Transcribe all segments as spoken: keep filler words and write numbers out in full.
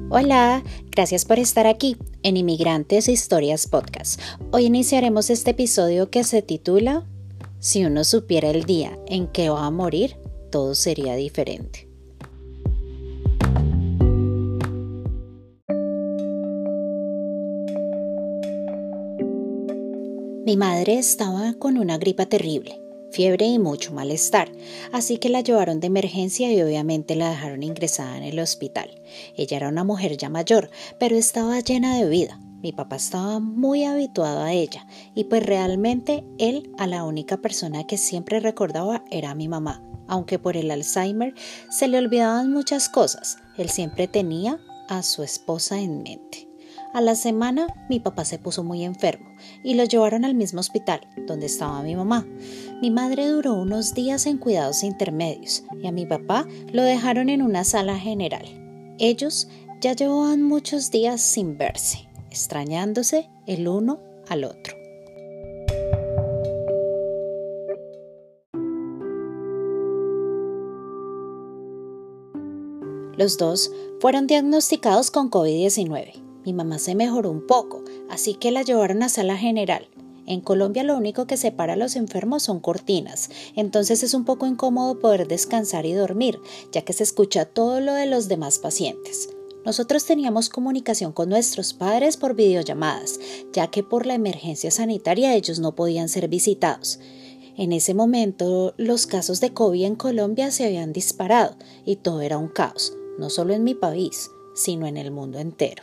Hola, gracias por estar aquí en Inmigrantes e Historias Podcast. Hoy iniciaremos este episodio que se titula Si uno supiera el día en que va a morir, todo sería diferente. Mi madre estaba con una gripa terrible, fiebre y mucho malestar, así que la llevaron de emergencia y obviamente la dejaron ingresada en el hospital. Ella era una mujer ya mayor, pero estaba llena de vida. Mi papá estaba muy habituado a ella y pues realmente él a la única persona que siempre recordaba era a mi mamá. Aunque por el Alzheimer se le olvidaban muchas cosas, él siempre tenía a su esposa en mente. A la semana mi papá se puso muy enfermo y lo llevaron al mismo hospital donde estaba mi mamá. Mi madre duró unos días en cuidados intermedios y a mi papá lo dejaron en una sala general. Ellos ya llevaban muchos días sin verse, extrañándose el uno al otro. Los dos fueron diagnosticados con COVID diecinueve. Mi mamá se mejoró un poco, así que la llevaron a sala general. En Colombia lo único que separa a los enfermos son cortinas, entonces es un poco incómodo poder descansar y dormir, ya que se escucha todo lo de los demás pacientes. Nosotros teníamos comunicación con nuestros padres por videollamadas, ya que por la emergencia sanitaria ellos no podían ser visitados. En ese momento los casos de COVID en Colombia se habían disparado y todo era un caos, no solo en mi país, sino en el mundo entero.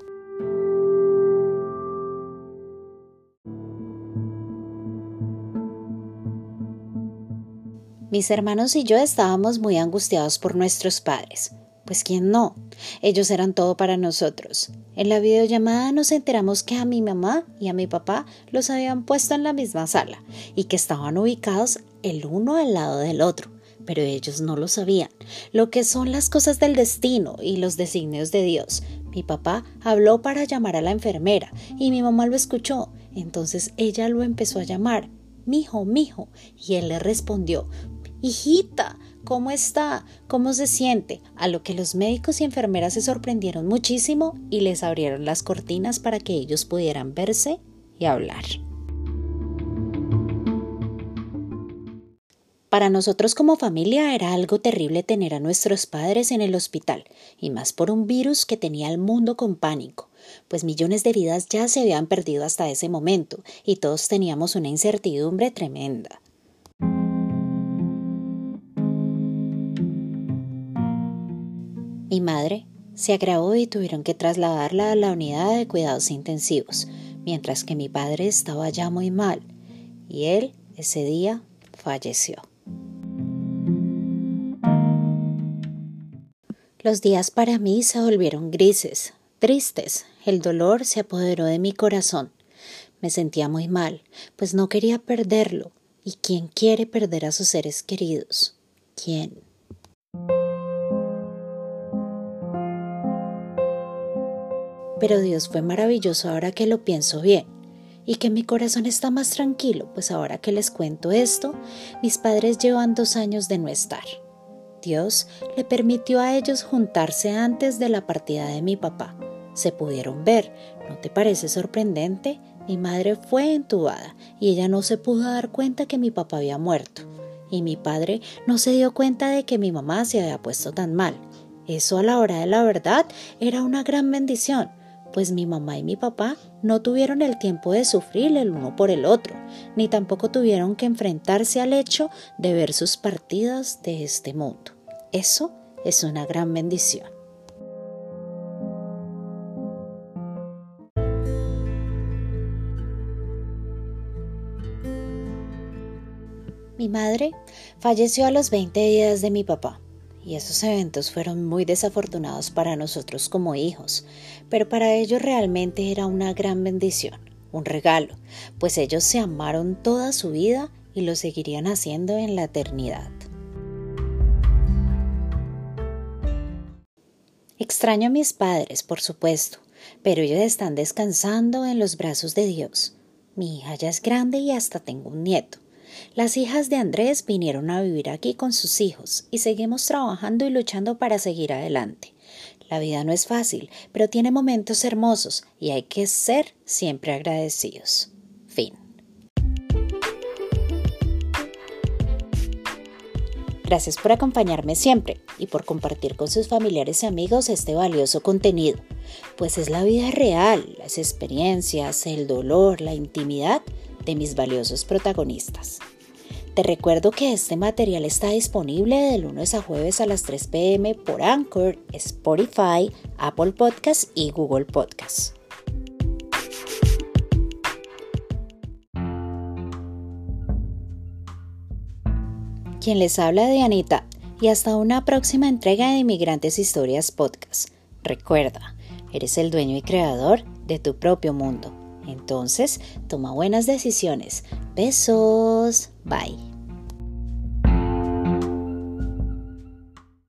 Mis hermanos y yo estábamos muy angustiados por nuestros padres. Pues quién no, ellos eran todo para nosotros. En la videollamada nos enteramos que a mi mamá y a mi papá los habían puesto en la misma sala y que estaban ubicados el uno al lado del otro, pero ellos no lo sabían, lo que son las cosas del destino y los designios de Dios. Mi papá habló para llamar a la enfermera y mi mamá lo escuchó, entonces ella lo empezó a llamar, mijo, mijo, y él le respondió, hijita, ¿cómo está? ¿Cómo se siente? A lo que los médicos y enfermeras se sorprendieron muchísimo y les abrieron las cortinas para que ellos pudieran verse y hablar. Para nosotros como familia era algo terrible tener a nuestros padres en el hospital, y más por un virus que tenía al mundo con pánico, pues millones de vidas ya se habían perdido hasta ese momento y todos teníamos una incertidumbre tremenda. Mi madre se agravó y tuvieron que trasladarla a la unidad de cuidados intensivos, mientras que mi padre estaba ya muy mal y él ese día falleció. Los días para mí se volvieron grises, tristes. El dolor se apoderó de mi corazón. Me sentía muy mal, pues no quería perderlo. ¿Y quién quiere perder a sus seres queridos? ¿Quién? Pero Dios fue maravilloso ahora que lo pienso bien y que mi corazón está más tranquilo, pues ahora que les cuento esto, mis padres llevan dos años de no estar. Dios le permitió a ellos juntarse antes de la partida de mi papá. Se pudieron ver, ¿no te parece sorprendente? Mi madre fue entubada y ella no se pudo dar cuenta que mi papá había muerto. Y mi padre no se dio cuenta de que mi mamá se había puesto tan mal. Eso a la hora de la verdad era una gran bendición, pues mi mamá y mi papá no tuvieron el tiempo de sufrir el uno por el otro, ni tampoco tuvieron que enfrentarse al hecho de ver sus partidas de este mundo. Eso es una gran bendición. Mi madre falleció a los veinte días de mi papá. Y esos eventos fueron muy desafortunados para nosotros como hijos, pero para ellos realmente era una gran bendición, un regalo, pues ellos se amaron toda su vida y lo seguirían haciendo en la eternidad. Extraño a mis padres, por supuesto, pero ellos están descansando en los brazos de Dios. Mi hija ya es grande y hasta tengo un nieto. Las hijas de Andrés vinieron a vivir aquí con sus hijos y seguimos trabajando y luchando para seguir adelante. La vida no es fácil, pero tiene momentos hermosos y hay que ser siempre agradecidos. Fin. Gracias por acompañarme siempre y por compartir con sus familiares y amigos este valioso contenido, pues es la vida real, las experiencias, el dolor, la intimidad de mis valiosos protagonistas. Te recuerdo que este material está disponible de lunes a jueves a las tres pe eme por Anchor, Spotify, Apple Podcasts y Google Podcasts. Quien les habla de Anita y hasta una próxima entrega de Inmigrantes Historias Podcast. Recuerda, eres el dueño y creador de tu propio mundo. Entonces, toma buenas decisiones. Besos. Bye.